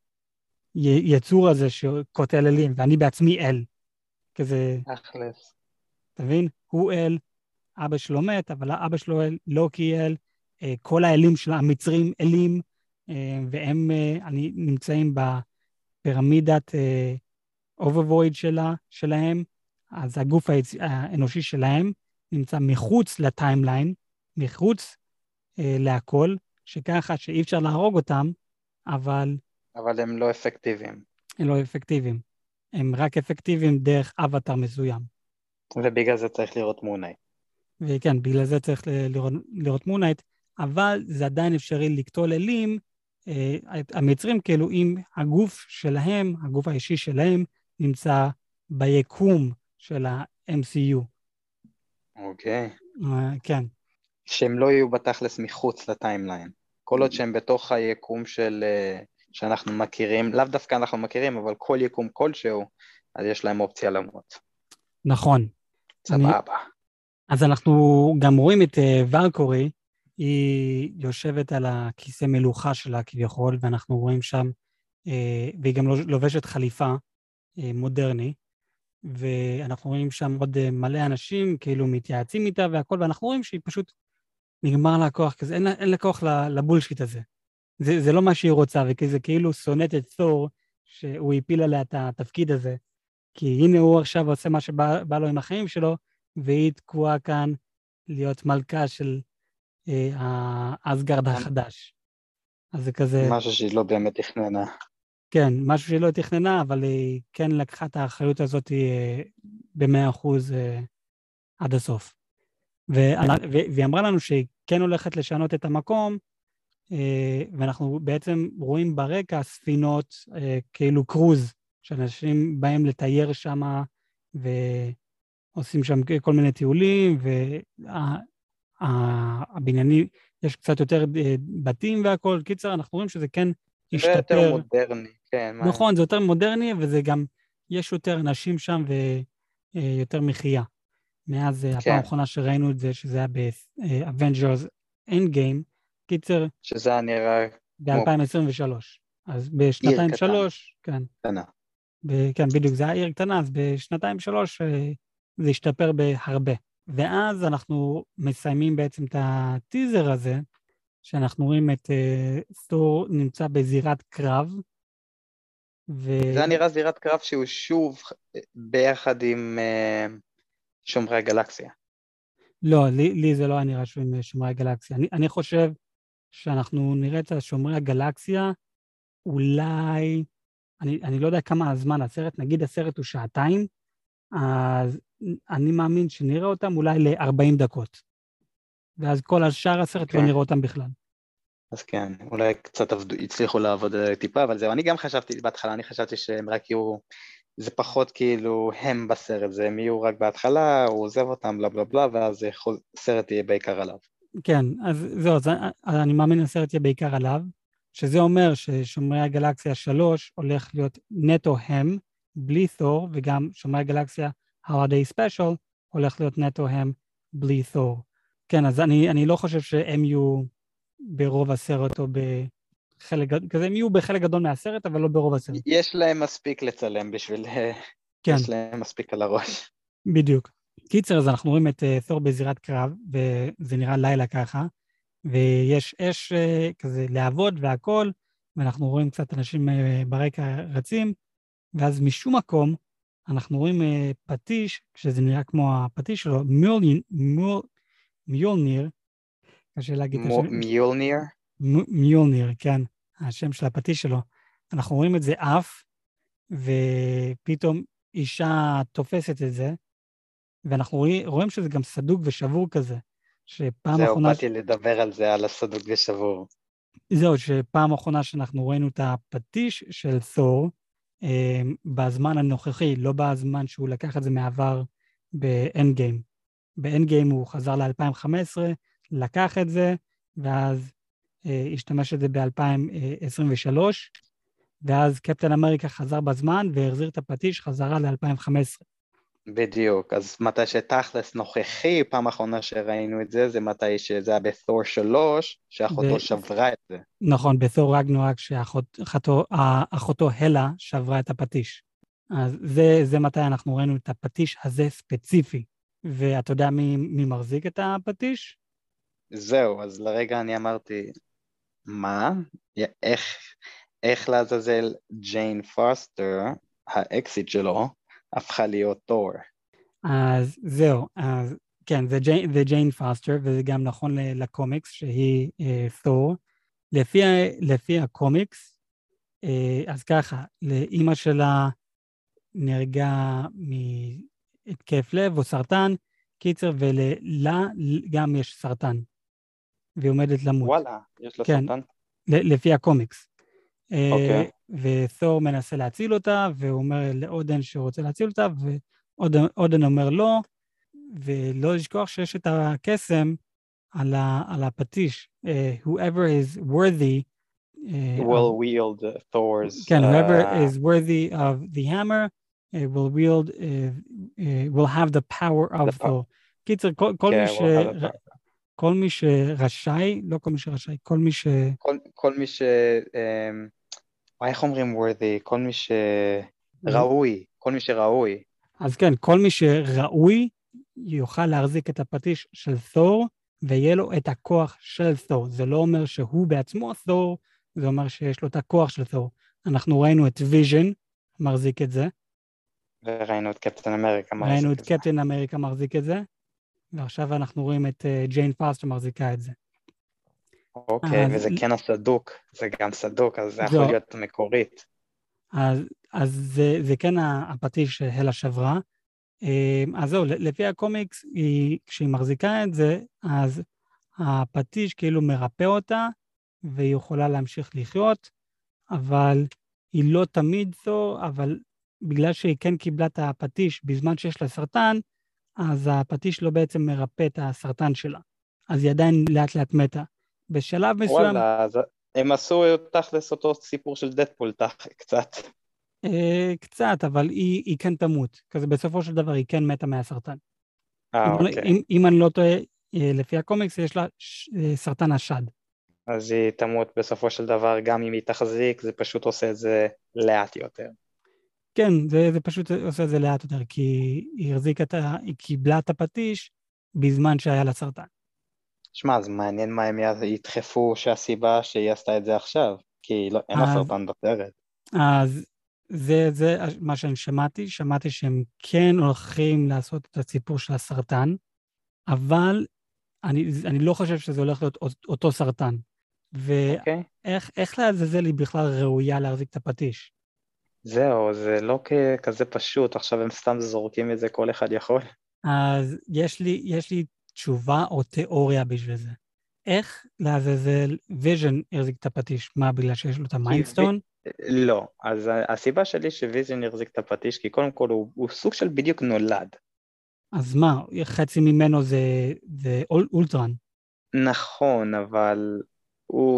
היצור הזה שקוטל אלים, ואני בעצמי אל. כזה, אחלס. תבין? הוא אל, אבא שלו מת, אבל אבא שלו אל, לוקי אל, כל האלים של המצרים אלים, והם אני, נמצאים בפירמידת אוברוויד שלה, שלהם, אז הגוף האנושי שלהם נמצא מחוץ לטיימליין, מחוץ אה, להכל, שככה שאי אפשר להרוג אותם, אבל... אבל הם לא אפקטיביים. הם לא אפקטיביים. הם רק אפקטיביים דרך אבטר מסוים. ובגלל זה צריך לראות מונייט. וכן, בגלל זה צריך לראות, לראות מונייט, אבל זה עדיין אפשרי לקטול אלים, אה, המצרים כאילו אם הגוף שלהם, הגוף האישי שלהם, נמצא ביקום של ה-אם סי יו. אוקיי. Uh, כן. שהם לא יהיו בתכלס מחוץ לטיימליין. כל עוד שהם בתוך היקום של, שאנחנו מכירים, לאו דווקא אנחנו מכירים, אבל כל יקום כלשהו, אז יש להם אופציה למות. נכון. סבבה. אני... אז אנחנו גם רואים את uh, ולקורי, היא יושבת על הכיסא מלוכה שלה כביכול, ואנחנו רואים שם, uh, והיא גם לובשת חליפה uh, מודרני, ואנחנו רואים שם עוד מלא אנשים, כאילו מתייעצים איתה והכל, ואנחנו רואים שהיא פשוט נגמר לה הכוח כזה, אין, אין לה כוח לבולשיט הזה. זה, זה לא מה שהיא רוצה, וזה כאילו שונאת את תור, שהוא הפיל עליה את התפקיד הזה, כי הנה הוא עכשיו עושה מה שבא לו עם החיים שלו, והיא תקועה כאן להיות מלכה של אה, האסגרד החדש. אז זה כזה... משהו שהיא לא באמת תכננה. כן, משהו שהיא לא תכננה, אבל היא כן לקחה את האחריות הזאת ב-מאה אחוז עד הסוף. והיא אמרה לנו שהיא כן הולכת לשנות את המקום, ואנחנו בעצם רואים ברקע ספינות כאילו קרוז, שאנשים באים לתייר שם, ועושים שם כל מיני טיולים, והבניינים יש קצת יותר בתים והכל. קיצר, אנחנו רואים שזה כן זה יותר השתפר. מודרני, כן. נכון, זה יותר מודרני, וזה גם, יש יותר אנשים שם ויותר מחייה. מאז הפעם האחרונה שראינו את זה, שזה היה ב-Avengers Endgame, קיצר, שזה נראה ב-אלפיים עשרים ושלוש. אז בשנתיים שלוש, כן. קטנה. כן, בדיוק, זה היה עיר קטנה, אז בשנתיים שלוש זה השתפר בהרבה. ואז אנחנו מסיימים בעצם את הטיזר הזה, שאנחנו רואים את תור נמצא בזירת קרב. ו... זה נראה זירת קרב שהוא שוב ביחד עם uh, שומרי הגלקסיה. לא, לי, לי זה לא היה נראה שהוא עם שומרי הגלקסיה. אני, אני חושב שאנחנו נראה את שומרי הגלקסיה, אולי, אני, אני לא יודע כמה הזמן הסרט, נגיד הסרט הוא שעתיים, אז אני מאמין שנראה אותם אולי ל-ארבעים דקות. ואז כל השאר הסרט okay. לא נראה אותם בכלל. אז כן, אולי קצת עבדו, הצליחו לעבוד טיפה, אבל זהו, אני גם חשבתי בהתחלה, אני חשבתי שהם רק יהיו, זה פחות כאילו הם בסרט, זה הם יהיו רק בהתחלה, הוא עוזב אותם, בלה בלה בלה, ואז הסרט יהיה בעיקר עליו. כן, אז זהו, אז אני מאמין הסרט יהיה בעיקר עליו, שזה אומר ששומרי הגלקסיה שלוש הולך להיות נטו הם, בלי תור, וגם שומרי הגלקסיה Holiday Special הולך להיות נטו הם, בלי תור. כן, אז אני, אני לא חושב שהם יהיו ברוב הסרט או בחלק, כזה הם יהיו בחלק גדול מהסרט, אבל לא ברוב הסרט. יש להם מספיק לצלם בשביל, כן. יש להם מספיק על הראש. בדיוק. קיצר, אז אנחנו רואים את תור בזירת קרב, וזה נראה לילה ככה, ויש אש כזה לעבוד והכל, ואנחנו רואים קצת אנשים ברקע רצים, ואז משום מקום, אנחנו רואים פטיש, שזה נראה כמו הפטיש שלו, מיולניר, קשה להגיד את השם. מיולניר? מיולניר, כן, השם של הפטיש שלו. אנחנו רואים את זה אף, ופתאום אישה תופסת את זה, ואנחנו רואים, רואים שזה גם סדוק ושבור כזה. שפעם זהו, אחרונה... באתי לדבר על זה, על הסדוק ושבור. זהו, שפעם אחרונה שאנחנו ראינו את הפטיש של תור, אה, בזמן הנוכחי, לא בזמן שהוא לקח את זה מעבר באנד גיים. באנד גיים הוא חזר ל-אלפיים וחמש עשרה, לקח את זה, ואז אה, השתמש את זה ב-אלפיים עשרים ושלוש, ואז קפטן אמריקה חזר בזמן, והחזיר את הפטיש חזרה ל-אלפיים וחמש עשרה. בדיוק, אז מתי שתכלס נוכחי, פעם האחרונה שראינו את זה, זה מתי שזה היה בתור שלוש, שאחותו ב... שברה את זה. נכון, בתור רגנורק, שאחותו הלה שברה את הפטיש. אז זה, זה מתי אנחנו ראינו את הפטיש הזה ספציפי. ואתה יודע מי, מי מחזיק את הפטיש? זהו, אז לרגע אני אמרתי, מה? איך, איך לעזאזל ג'יין פוסטר, האקסיט שלו, הפכה להיות תור. אז זהו, אז כן, זה ג'יין, זה ג'יין פוסטר, וזה גם נכון לקומיקס, שהיא אה, תור. לפי, לפי הקומיקס, אה, אז ככה, לאמא שלה נהרגה מהתקף לב או סרטן, קיצר, ולה גם יש סרטן, והיא עומדת למות. וואלה, יש לה כן, סרטן? לפי הקומיקס. אוקיי. ותור מנסה להציל אותה, והוא אומר לאודן שהוא רוצה להציל אותה, ואודן אומר לא, ולא לשכוח שיש את הקסם על, ה, על הפטיש. Uh, whoever is worthy... Uh, will of, wield Thor's... כן, uh, whoever uh, is worthy of the hammer uh, will wield... Uh, uh, will have the power of the Thor. קיצר, כל, כל, okay, מי ש... כל מי שרשאי, לא כל מי שרשאי, כל מי ש... כל, כל מי ש... Um, איך אומרים worthy? כל מי שראוי, כל מי שראוי. אז כן, כל מי שראוי יוכל להחזיק את הפטיש של תור, ויהיה לו את הכוח של תור. זה לא אומר שהוא בעצמו תור, זה אומר שיש לו את הכוח של תור. אנחנו ראינו את ויז'ן מחזיק את זה. וראינו את קפטן אמריקה מחזיק את זה. ראינו את קפטן אמריקה מחזיק את זה, ועכשיו אנחנו רואים את ג'יין פוסטר מחזיקה את זה. אוקיי, וזה כן הסדוק, זה גם סדוק, אז זה יכול להיות מקורית. אז, אז זה, זה כן הפטיש שהלה שברה. אז זהו, לפי הקומיקס, היא, כשהיא מחזיקה את זה, אז הפטיש כאילו מרפא אותה, והיא יכולה להמשיך לחיות, אבל היא לא תמיד זו, אבל בגלל שהיא כן קיבלה את הפטיש בזמן שיש לה סרטן, אז הפטיש לא בעצם מרפא את הסרטן שלה. אז היא עדיין לאט לאט מתה. בשלב מסוים, וואלה, אז הם עשו תכלס אותו סיפור של דדפול תח- קצת. אה, קצת, אבל היא, היא כן תמות. כזה בסופו של דבר היא כן מתה מהסרטן. אה, אם, אוקיי. אם, אם אני לא טועה, אה, לפי הקומיקס יש לה ש, אה, סרטן השד. אז היא תמות בסופו של דבר, גם אם היא תחזיק, זה פשוט עושה את זה לאט יותר. כן, זה, זה פשוט עושה את זה לאט יותר, כי היא החזיקה את ה... היא קיבלה את הפטיש בזמן שהיה לה סרטן. שמע, אז מעניין מה הם ידחפו שהסיבה שהיא עשתה את זה עכשיו, כי לא, אין לה אז, סרטן בסרט. אז זה, זה מה שאני שמעתי, שמעתי שהם כן הולכים לעשות את הסיפור של הסרטן, אבל אני, אני לא חושב שזה הולך להיות אותו סרטן. אוקיי? ואיך איך לעזאזל היא בכלל ראויה להחזיק את הפטיש? זהו, זה לא כ- כזה פשוט, עכשיו הם סתם זורקים את זה, כל אחד יכול. אז יש לי, יש לי תשובה או תיאוריה בשביל זה. איך לעזאזל ויז'ן החזיק את הפטיש? מה, בגלל שיש לו את כי ו... המיינדסטון? לא, אז ה- הסיבה שלי שוויז'ן יחזיק את הפטיש, כי קודם כל הוא, הוא סוג של בדיוק נולד. אז מה, חצי ממנו זה, זה אול, אולטרן. נכון, אבל הוא,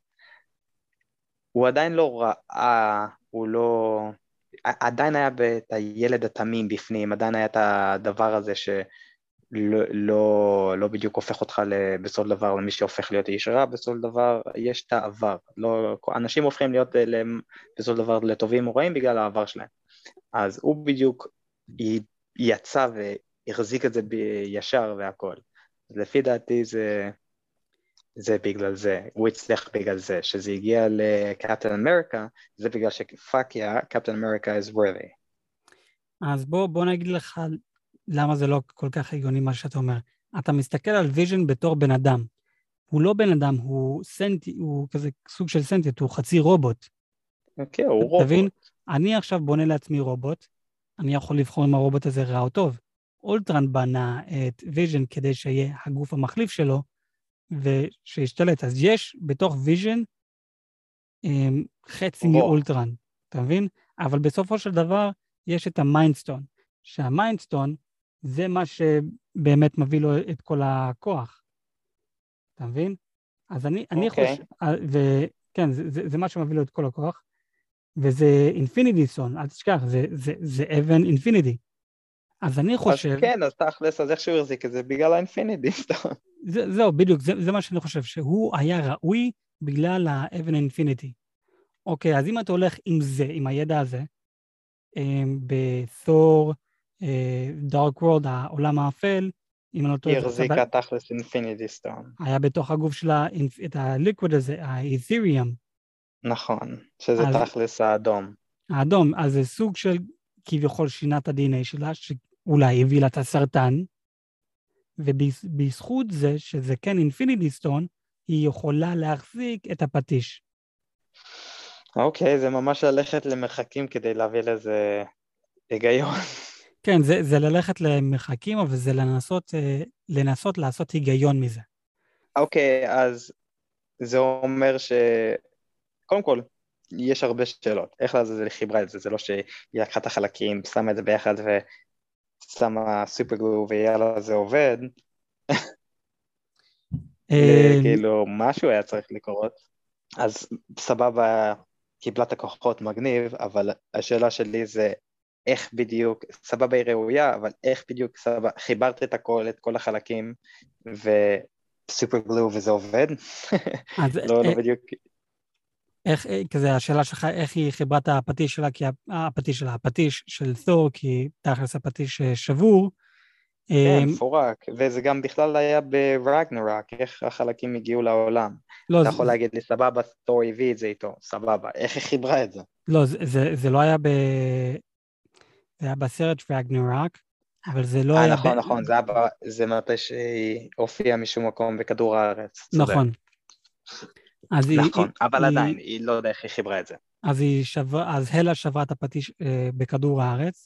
הוא עדיין לא ראה, הוא לא... ע- עדיין היה את הילד התמים בפנים, עדיין היה את הדבר הזה שלא לא, לא בדיוק הופך אותך ל- בסופו של דבר למי שהופך להיות איש רע, בסופו של דבר יש את העבר. לא, אנשים הופכים להיות אה, למ- בסופו של דבר לטובים או רעים בגלל העבר שלהם. אז הוא בדיוק י- יצא והחזיק את זה בישר והכל. אז לפי דעתי זה... זה בגלל זה, הוא הצליח בגלל זה, שזה הגיע לקפטן אמריקה, זה בגלל שפאק יא, קפטן אמריקה is worthy. אז בוא, בוא נגיד לך למה זה לא כל כך הגיוני מה שאתה אומר. אתה מסתכל על ויז'ן בתור בן אדם. הוא לא בן אדם, הוא סנטי, הוא כזה סוג של סנטיות, הוא חצי רובוט. אוקיי, הוא תבין? רובוט. אני עכשיו בונה לעצמי רובוט, אני יכול לבחור אם הרובוט הזה רע או טוב. אולטרן בנה את ויז'ן כדי שיהיה הגוף המחליף שלו, ושישתלט. אז יש בתוך ויז'ן חצי רוע. מאולטרן, אתה מבין? אבל בסופו של דבר יש את המיינדסטון, שהמיינדסטון זה מה שבאמת מביא לו את כל הכוח, אתה מבין? אז אני, אני אוקיי. חושב, וכן, זה, זה, זה מה שמביא לו את כל הכוח, וזה אינפיניטי סטון, אל תשכח, זה, זה, זה אבן אינפיניטי. אז אני אז חושב, כן, אז תכלס, אז איך שהוא החזיק את זה? בגלל האינפיניטי, סתם. זה, זהו, בדיוק, זה, זה מה שאני חושב, שהוא היה ראוי בגלל האבן אינפיניטי. אוקיי, אז אם אתה הולך עם זה, עם הידע הזה, בתור, דארק וורלד, העולם האפל, אם אני לא טועה, היא זה הצד ה- החזיקה תכלס אינפיניטי סטון. היה בתוך הגוף שלה את הליקוויד הזה, האת'ריום, נכון, שזה אז תכלס האדום. האדום, אז זה סוג של כביכול שינה את ה-די אן איי שלה, שאולי הביא לה את הסרטן, ובזכות זה, שזה כן אינפיניטי סטון, היא יכולה להחזיק את הפטיש. אוקיי, זה ממש ללכת למרחקים כדי להביא לזה היגיון. כן, זה, זה ללכת למרחקים, אבל זה לנסות, אה, לנסות לעשות היגיון מזה. אוקיי, אז זה אומר ש... קודם כל, יש הרבה שאלות. איך לעזאזל חיברה את זה? זה לא שהיא לקחה את החלקים, שמה את זה ביחד ושמה סופר גלו ויאללה זה עובד. אה, כאילו, משהו היה צריך לקרות. אז סבבה, קיבלה את הכוחות מגניב, אבל השאלה שלי זה איך בדיוק, סבבה היא ראויה, אבל איך בדיוק סבבה, חיברת את הכל, את כל החלקים, וסופר גלו וזה עובד? אז לא, לא אה, בדיוק. איך, אה, כזה, השאלה שלך, איך היא חיברה את הפטיש שלה, כי הפטיש שלה, הפטיש של תור, כי תכלס הפטיש אה, שבור. כן, אה, מפורק, וזה גם בכלל היה ברגנרוק, איך החלקים הגיעו לעולם. לא, אתה זה, יכול להגיד לי, סבבה, תור הביא את זה איתו, סבבה, איך היא חיברה את זה? לא, זה, זה, זה לא היה ב... זה היה בסרט רגנרוק, אבל זה לא אה, היה ב... נכון, נכון, זה, היה ב... זה מתי שהיא הופיעה משום מקום בכדור הארץ, צודק. נכון. אז היא, היא, נכון, אבל היא, עדיין, היא לא יודע איך היא חיברה את זה. אז היא שברה, אז הלה שברה את הפטיש אה, בכדור הארץ,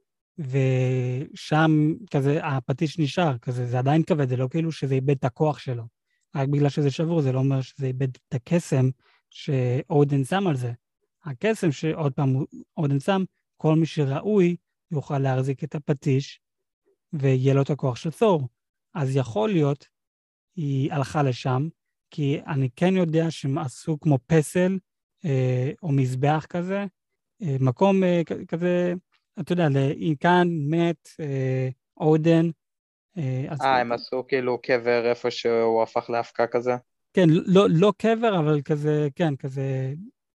ושם כזה הפטיש נשאר, כזה זה עדיין כבד, זה לא כאילו שזה איבד את הכוח שלו. רק בגלל שזה שבור, זה לא אומר שזה איבד את הקסם שאודן שם על זה. הקסם שעוד פעם אודן שם, כל מי שראוי יוכל להחזיק את הפטיש, ויהיה לו את הכוח של תור. אז יכול להיות, היא הלכה לשם, כי אני כן יודע שהם עשו כמו פסל, אה, או מזבח כזה, אה, מקום אה, כ- כזה, אתה יודע, אם כאן מת אה, אודן, אה, אז אה, הם עשו כאילו קבר איפה שהוא הפך להפקה כזה? כן, לא, לא קבר, אבל כזה, כן, כזה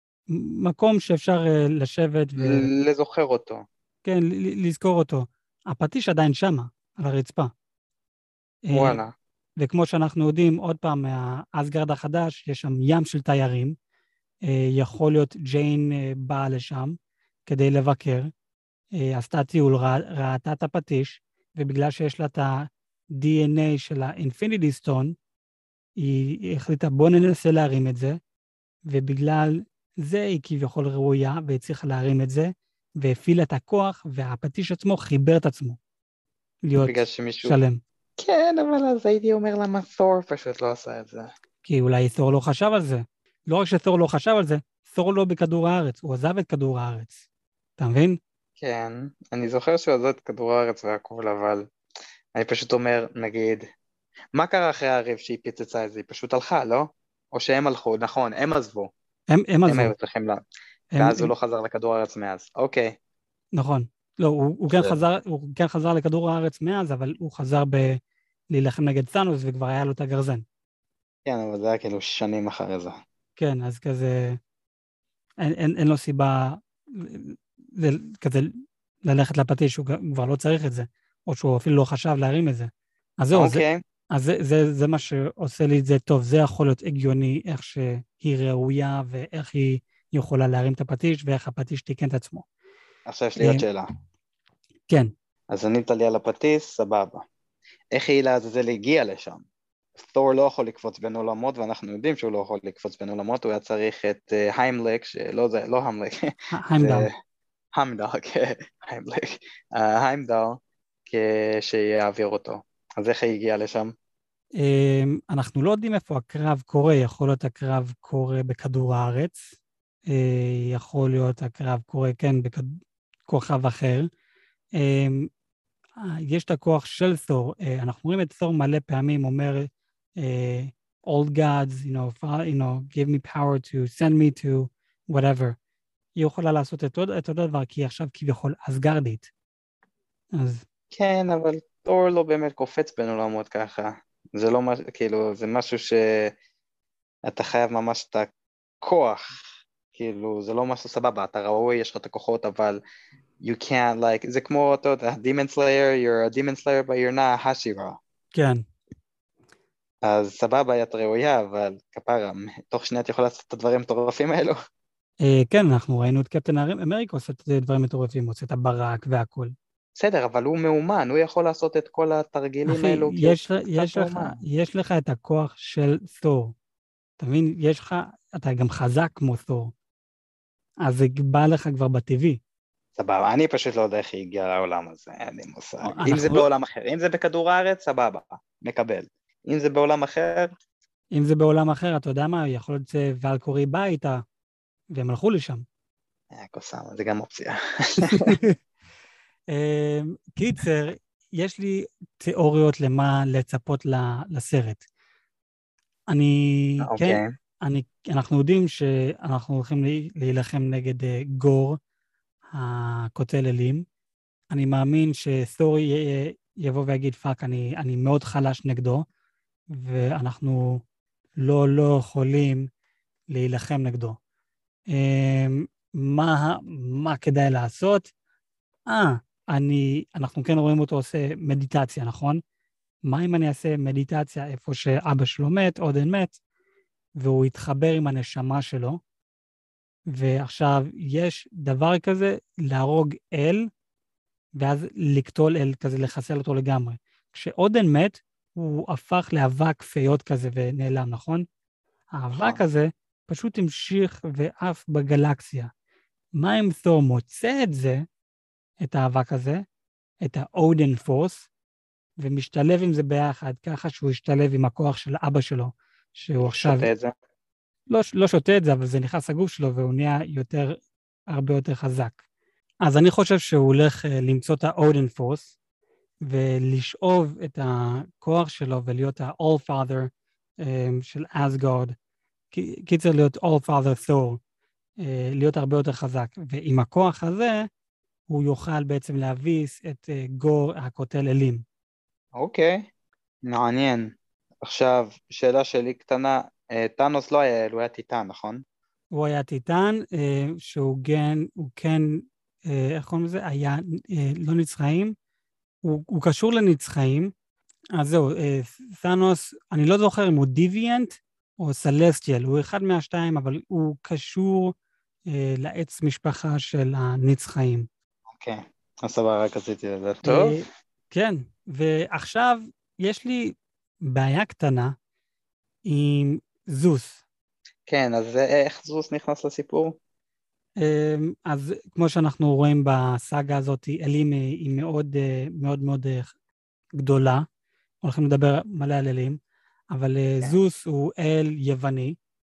מקום שאפשר אה, לשבת וכן, לזוכר אותו. ל- לזכור אותו. הפטיש עדיין שמה, על הרצפה. אה, וואלה. וכמו שאנחנו יודעים, עוד פעם, מהאסגרד החדש, יש שם ים של תיירים. אה, יכול להיות ג'יין אה, באה לשם כדי לבקר, אה, עשתה טיול, רא, ראתה את הפטיש, ובגלל שיש לה את ה-די אן איי של ה-Infinity Stone, היא, היא החליטה, בוא ננסה להרים את זה, ובגלל זה היא כביכול ראויה, והצליחה להרים את זה, והפעילה את הכוח, והפטיש עצמו חיבר את עצמו להיות בגלל שמישהו... שלם. כן, אבל אז הייתי אומר למה תור פשוט לא עשה את זה. כי אולי תור לא חשב על זה. לא רק שתור לא חשב על זה, תור לא בכדור הארץ, הוא עזב את כדור הארץ. אתה מבין? כן, אני זוכר שהוא עזב את כדור הארץ והכל, אבל אני פשוט אומר, נגיד, מה קרה אחרי הריב שהיא פיצצה את זה? היא פשוט הלכה, לא? או שהם הלכו, נכון, הם עזבו. הם, הם הם עזבו. היו צריכים לה... הם, ואז הוא הם, לא חזר לכדור הארץ מאז. אוקיי. נכון. לא, הוא, הוא, כן בסדר. חזר, הוא כן חזר לכדור הארץ מאז, אבל הוא חזר ב... להילחם נגד סאנוס, וכבר היה לו את הגרזן. כן, אבל זה היה כאילו שנים אחרי זה. כן, אז כזה... אין, אין, אין לו סיבה זה, כזה ללכת לפטיש, הוא ג- כבר לא צריך את זה, או שהוא אפילו לא חשב להרים את זה. אז זהו, זה, אוקיי. אז זה, זה, זה מה שעושה לי את זה טוב. זה יכול להיות הגיוני, איך שהיא ראויה, ואיך היא יכולה להרים את הפטיש, ואיך הפטיש תיקן את עצמו. עכשיו יש לי עוד שאלה. כן. אז ענית לי על הפטיס, סבבה. איך היא לעזאזל הגיעה לשם? תור לא יכול לקפוץ בין עולמות, ואנחנו יודעים שהוא לא יכול לקפוץ בין עולמות, הוא היה צריך את uh, היימלק, שלא זה, לא היימלק, היימדל. זה היימדל, כן, היימלק, uh, היימדל, שיעביר אותו. אז איך היא הגיעה לשם? אמ, אנחנו לא יודעים איפה הקרב קורה, יכול להיות הקרב קורה בכדור הארץ, אה, יכול להיות הקרב קורה, כן, בכוכב אחר. אמ, אה, יש את הכוח של תור, אה, אנחנו רואים את תור מלא פעמים, אומר, אה, old gods, you know, fa- you know, give me power to send me to whatever. היא יכולה לעשות את אותו, את אותו דבר, כי היא עכשיו כביכול אסגרדית. אז כן, אבל תור לא באמת קופץ בין עולמות ככה. זה לא משהו, כאילו, זה משהו שאתה חייב ממש את הכוח. כאילו, זה לא משהו סבבה, אתה ראוי, יש לך את הכוחות, אבל you can't, like, זה כמו, אתה יודע, Demon Slayer, you're a Demon Slayer, but you're not Hashira. כן. אז סבבה, את ראויה, אבל כפרה, תוך שניה את יכולה לעשות את הדברים המטורפים האלו. אה, כן, אנחנו ראינו את קפטן אמריקה עושה את דברים מטורפים, עושה את הברק והכל. בסדר, אבל הוא מאומן, הוא יכול לעשות את כל התרגילים אחי, האלו, כי יש, הוא יש, קצת לך, מאומן. יש לך את הכוח של תור. אתה מבין? יש לך, אתה גם חזק כמו תור. אז זה בא לך כבר בטבעי. סבבה, אני פשוט לא יודע איך היא הגיעה לעולם הזה, אין לי מושג. אם זה אנחנו... בעולם אחר, אם זה בכדור הארץ, סבבה, מקבל. אם זה בעולם אחר... אם זה בעולם אחר, אתה יודע מה? יכול להיות שוואלקורי בא איתה, והם הלכו לשם. אה, קוסם, זה גם אופציה. אמ, קיצר, יש לי תיאוריות למה לצפות לסרט. אני, כן, אוקיי. אני, אנחנו יודעים שאנחנו הולכים להילחם נגד uh, גור, הקוטל אלים. אני מאמין שתור י- יבוא ויגיד, פאק, אני, אני מאוד חלש נגדו, ואנחנו לא, לא יכולים להילחם נגדו. Um, מה, מה כדאי לעשות? אה, אני, אנחנו כן רואים אותו עושה מדיטציה, נכון? מה אם אני אעשה מדיטציה איפה שאבא שלו מת, עודן מת, והוא יתחבר עם הנשמה שלו, ועכשיו יש דבר כזה, להרוג אל, ואז לקטול אל כזה, לחסל אותו לגמרי. כשעודן מת, הוא הפך לאבק פיות כזה ונעלם, נכון? האבק הזה פשוט המשיך ואף בגלקסיה. מה אם תור מוצא את זה, את האבק הזה, את האודן פורס, ומשתלב עם זה ביחד, ככה שהוא ישתלב עם הכוח של אבא שלו, שהוא עכשיו... שותה את זה. לא, לא שותה את זה, אבל זה נכנס לגוף שלו, והוא נהיה יותר, הרבה יותר חזק. אז אני חושב שהוא הולך למצוא את האודן פורס, ולשאוב את הכוח שלו, ולהיות ה-all father, של אסגורד, קיצר להיות All Father Thor, להיות הרבה יותר חזק, ועם הכוח הזה, הוא יוכל בעצם להביס את גור הקוטל אלים. אוקיי, מעניין. עכשיו, שאלה שלי קטנה, טאנוס לא היה, הוא היה טיטן, נכון? הוא היה טיטן, שהוא גן, הוא כן, איך קוראים לזה? היה לא נצחיים, הוא, הוא קשור לנצחיים, אז זהו, תאנוס, אני לא זוכר אם הוא דיוויאנט או סלסטיאל, הוא אחד מהשתיים, אבל הוא קשור לעץ משפחה של הנצחיים. אוקיי, אז סבבה, רק עשיתי את זה טוב. כן, ועכשיו יש לי בעיה קטנה עם זוס. כן, אז איך זוס נכנס לסיפור? אז כמו שאנחנו רואים בסאגה הזאת, אלים היא מאוד מאוד מאוד גדולה, הולכים לדבר מלא על אלים, אבל כן. זוס הוא אל יווני,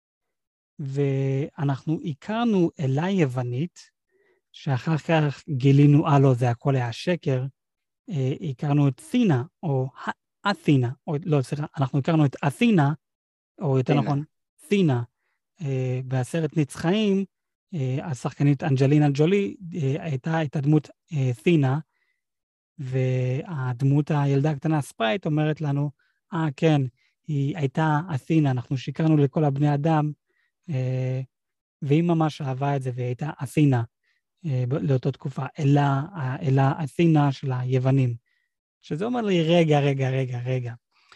ואנחנו הכרנו אלה יוונית, שאחר כך גילינו, אה לא, זה הכל היה שקר, הכרנו את תינה, או אתינה, או לא, סליחה, אנחנו הכרנו את אתינה, או יותר נכון, תינה, בסרט נצחיים, השחקנית אנג'לינה ג'ולי, הייתה את הדמות תינה, והדמות הילדה הקטנה ספרייט אומרת לנו, אה כן, היא הייתה אתינה, אנחנו שיקרנו לכל הבני אדם, והיא ממש אהבה את זה, והיא הייתה אתינה לאותה תקופה, אלה, אלה אתינה של היוונים. שזה אומר לי, רגע, רגע, רגע, רגע.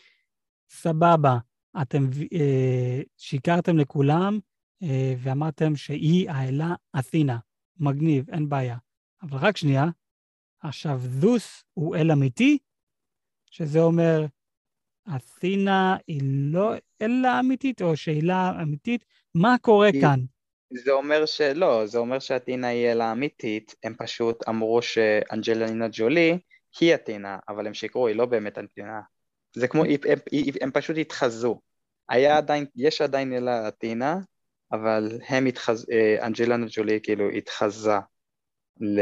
סבבה, אתם אה, שיקרתם לכולם, אה, ואמרתם שהיא האלה אתינה. מגניב, אין בעיה. אבל רק שנייה, עכשיו זוס הוא אל אמיתי, שזה אומר, אתינה היא לא אלה אמיתית, או שאלה אמיתית, מה קורה היא... כאן? זה אומר שלא, זה אומר שאתינה היא אלה אמיתית, הם פשוט אמרו שאנג'לינה ג'ולי היא אתינה, אבל הם שיקרו, היא לא באמת אתינה. זה כמו, הם, הם, הם פשוט התחזו. היה עדיין, יש עדיין אלה אתינה, אבל הם התחז... אנג'לינה ג'ולי כאילו התחזה ל...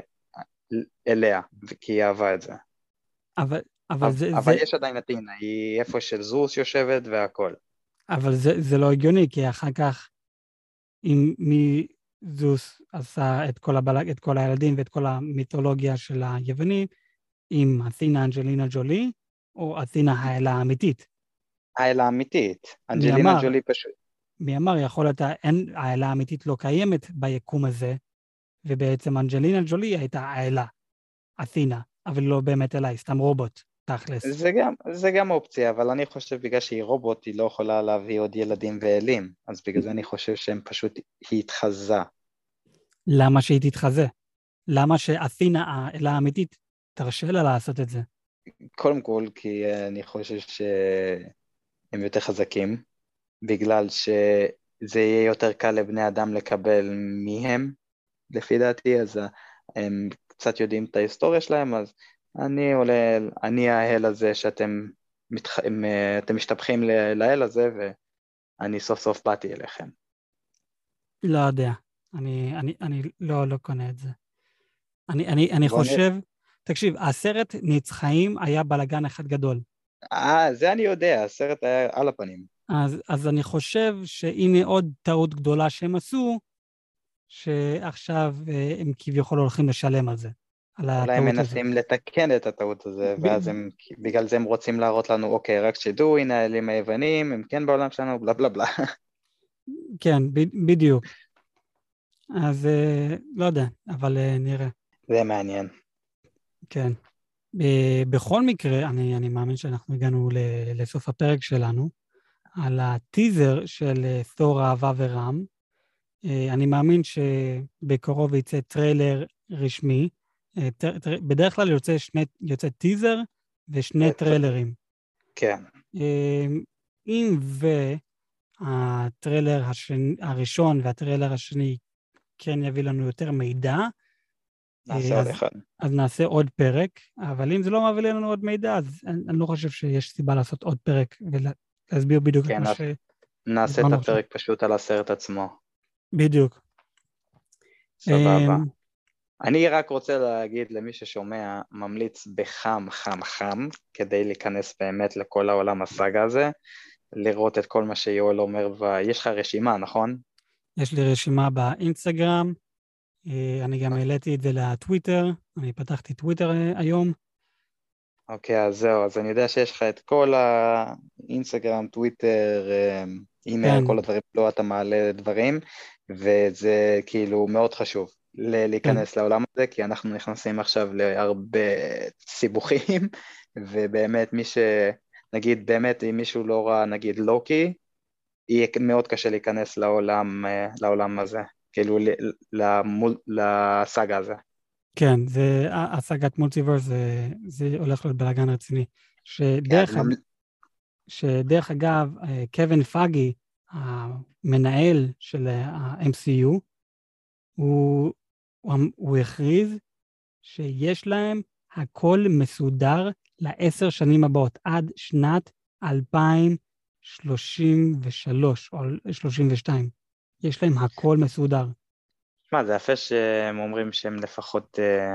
אליה, כי היא אהבה את זה. אבל, אבל, אבל, זה, אבל זה... יש עדיין אתינה, היא איפה של זוס יושבת והכל. אבל זה, זה לא הגיוני, כי אחר כך, אם מי זוס עשה את כל, הבלג, את כל הילדים ואת כל המיתולוגיה של היוונים, עם אתינה אנג'לינה ג'ולי, או אתינה האלה האמיתית. האלה האמיתית. אנג'לינה ג'ולי פשוט. מי אמר, יכול להיות, האלה האמיתית לא קיימת ביקום הזה, ובעצם אנג'לינה ג'ולי הייתה האלה, אתינה, אבל לא באמת אלה, היא סתם רובוט, תכלס. זה גם, זה גם אופציה, אבל אני חושב בגלל שהיא רובוט, היא לא יכולה להביא עוד ילדים ואלים, אז בגלל זה אני חושב שהם פשוט, היא התחזה. למה שהיא תתחזה? למה שאתינה, האלה האמיתית, תרשה לה לעשות את זה? קודם כל, כי אני חושב שהם יותר חזקים, בגלל שזה יהיה יותר קל לבני אדם לקבל מהם, לפי דעתי, אז הם קצת יודעים את ההיסטוריה שלהם, אז אני עולה, אני האל הזה שאתם מתח... אתם משתפכים לאל הזה, ואני סוף סוף באתי אליכם. לא יודע, אני, אני, אני לא, לא קונה את זה. אני, אני, אני חושב, נ... תקשיב, הסרט נצחיים היה בלגן אחד גדול. אה, זה אני יודע, הסרט היה על הפנים. אז, אז אני חושב שהנה עוד טעות גדולה שהם עשו, שעכשיו הם כביכול הולכים לשלם על זה. אולי הם מנסים לתקן את הטעות הזה, ואז הם, בגלל זה הם רוצים להראות לנו, אוקיי, רק שתדעו, הנה האלים היוונים, הם כן בעולם שלנו, בלה בלה בלה. כן, בדיוק. אז לא יודע, אבל נראה. זה מעניין. כן. בכל מקרה, אני, אני מאמין שאנחנו הגענו לסוף הפרק שלנו, על הטיזר של תור אהבה ורם. אני מאמין שבקרוב יצא טריילר רשמי, בדרך כלל יוצא, שני, יוצא טיזר ושני טריילרים. כן. אם והטריילר השני, הראשון והטריילר השני כן יביא לנו יותר מידע, נעשה אז, עוד אחד. אז נעשה עוד פרק, אבל אם זה לא מביא לנו עוד מידע, אז אני, אני לא חושב שיש סיבה לעשות עוד פרק ולהסביר בדיוק כן, את מה ש... נעשה את הפרק עכשיו. פשוט על הסרט עצמו. בדיוק. סבבה. אני רק רוצה להגיד למי ששומע, ממליץ בחם, חם, חם, כדי להיכנס באמת לכל העולם הסאגה הזה, לראות את כל מה שיואל אומר, ויש לך רשימה, נכון? יש לי רשימה באינסטגרם, אני גם העליתי את זה לטוויטר, אני פתחתי טוויטר היום. אוקיי, אז זהו, אז אני יודע שיש לך את כל האינסטגרם, טוויטר, אימייל, כן. כל הדברים, לא אתה מעלה דברים, וזה כאילו מאוד חשוב להיכנס כן. לעולם הזה, כי אנחנו נכנסים עכשיו להרבה סיבוכים, ובאמת מי ש... נגיד, באמת, אם מישהו לא ראה, נגיד, לוקי, יהיה מאוד קשה להיכנס לעולם, לעולם הזה, כאילו למול, לסאגה הזה. כן, זה, השגת מולטיברס, זה, זה הולך להיות בלגן רציני. שדרך, כן, אג... שדרך אגב, קווין פאגי, המנהל של ה-אם סי יו, הוא, הוא, הוא הכריז שיש להם הכל מסודר לעשר שנים הבאות, עד שנת אלפיים שלושים ושלוש או שלושים ושתיים. יש להם הכל מסודר. מה, זה יפה שהם אומרים שהם לפחות אה,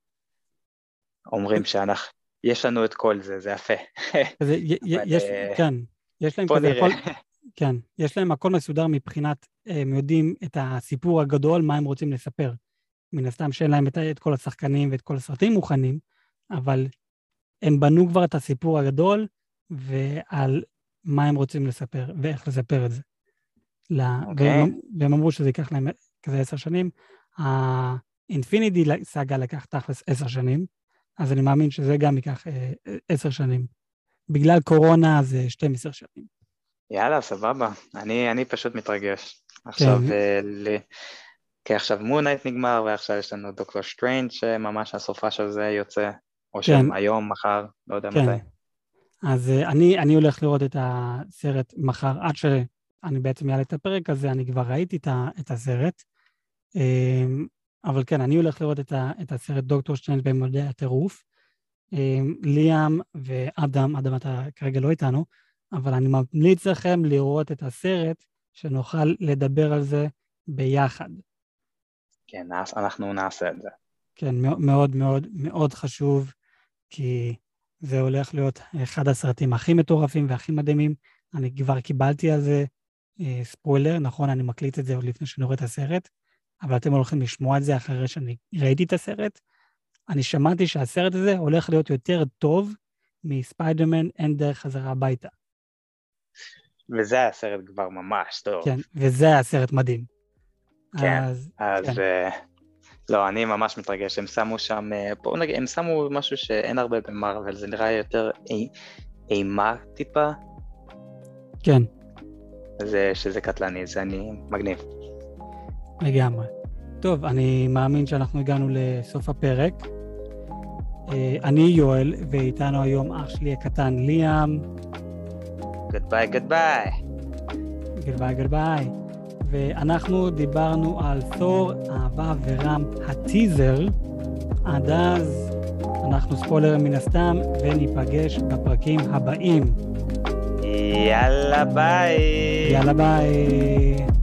אומרים שאנחנו, יש לנו את כל זה, זה יפה. כזה, י, אבל, יש, אה, כן, יש להם בוא כזה נראה. הכל, כן, יש להם הכל מסודר מבחינת, הם יודעים את הסיפור הגדול, מה הם רוצים לספר. מן הסתם שאין להם את, את כל השחקנים ואת כל הסרטים מוכנים, אבל הם בנו כבר את הסיפור הגדול, ועל מה הם רוצים לספר, ואיך לספר את זה. אוקיי. והם, והם אמרו שזה ייקח להם כזה עשר שנים. האינפיניטי סאגה לקח תכלס עשר שנים, אז אני מאמין שזה גם ייקח אה, עשר שנים. בגלל קורונה זה שתים עשרה שנים. יאללה, סבבה. אני, אני פשוט מתרגש. עכשיו, כן. אה, ל... כי עכשיו מונייט נגמר, ועכשיו יש לנו דוקטור סטריינג' שממש הסופה של זה יוצא, או כן. שם היום, מחר, לא יודע כן. מתי. אז uh, אני, אני הולך לראות את הסרט מחר, עד שאני בעצם אעלה את הפרק הזה, אני כבר ראיתי את, ה, את הסרט. Um, אבל כן, אני הולך לראות את, ה, את הסרט דוקטור סטריינג' במדעי הטירוף. Um, ליאם ואדם, אדם אתה כרגע לא איתנו, אבל אני ממליץ לכם לראות את הסרט, שנוכל לדבר על זה ביחד. כן, אנחנו נעשה את זה. כן, מאוד מאוד מאוד חשוב, כי זה הולך להיות אחד הסרטים הכי מטורפים והכי מדהימים. אני כבר קיבלתי על זה אה, ספוילר, נכון, אני מקליט את זה עוד לפני שאני רואה את הסרט, אבל אתם הולכים לשמוע את זה אחרי שאני ראיתי את הסרט. אני שמעתי שהסרט הזה הולך להיות יותר טוב מספיידרמן אין דרך חזרה הביתה. וזה היה סרט כבר ממש טוב. כן, וזה היה סרט מדהים. כן, אז, אז... כן. Uh... לא, אני ממש מתרגש, הם שמו שם, בואו נגיד, הם שמו משהו שאין הרבה במרוול, זה נראה יותר אי, אימה טיפה. כן. זה, שזה קטלני, זה אני מגניב. לגמרי. טוב, אני מאמין שאנחנו הגענו לסוף הפרק. אני יואל, ואיתנו היום אח שלי הקטן ליאם. גודביי, גודביי. גודביי, גודביי. ואנחנו דיברנו על תור, אהבה ורם, הטיזר. עד אז אנחנו ספוילרים מן הסתם, וניפגש בפרקים הבאים. יאללה ביי. יאללה ביי.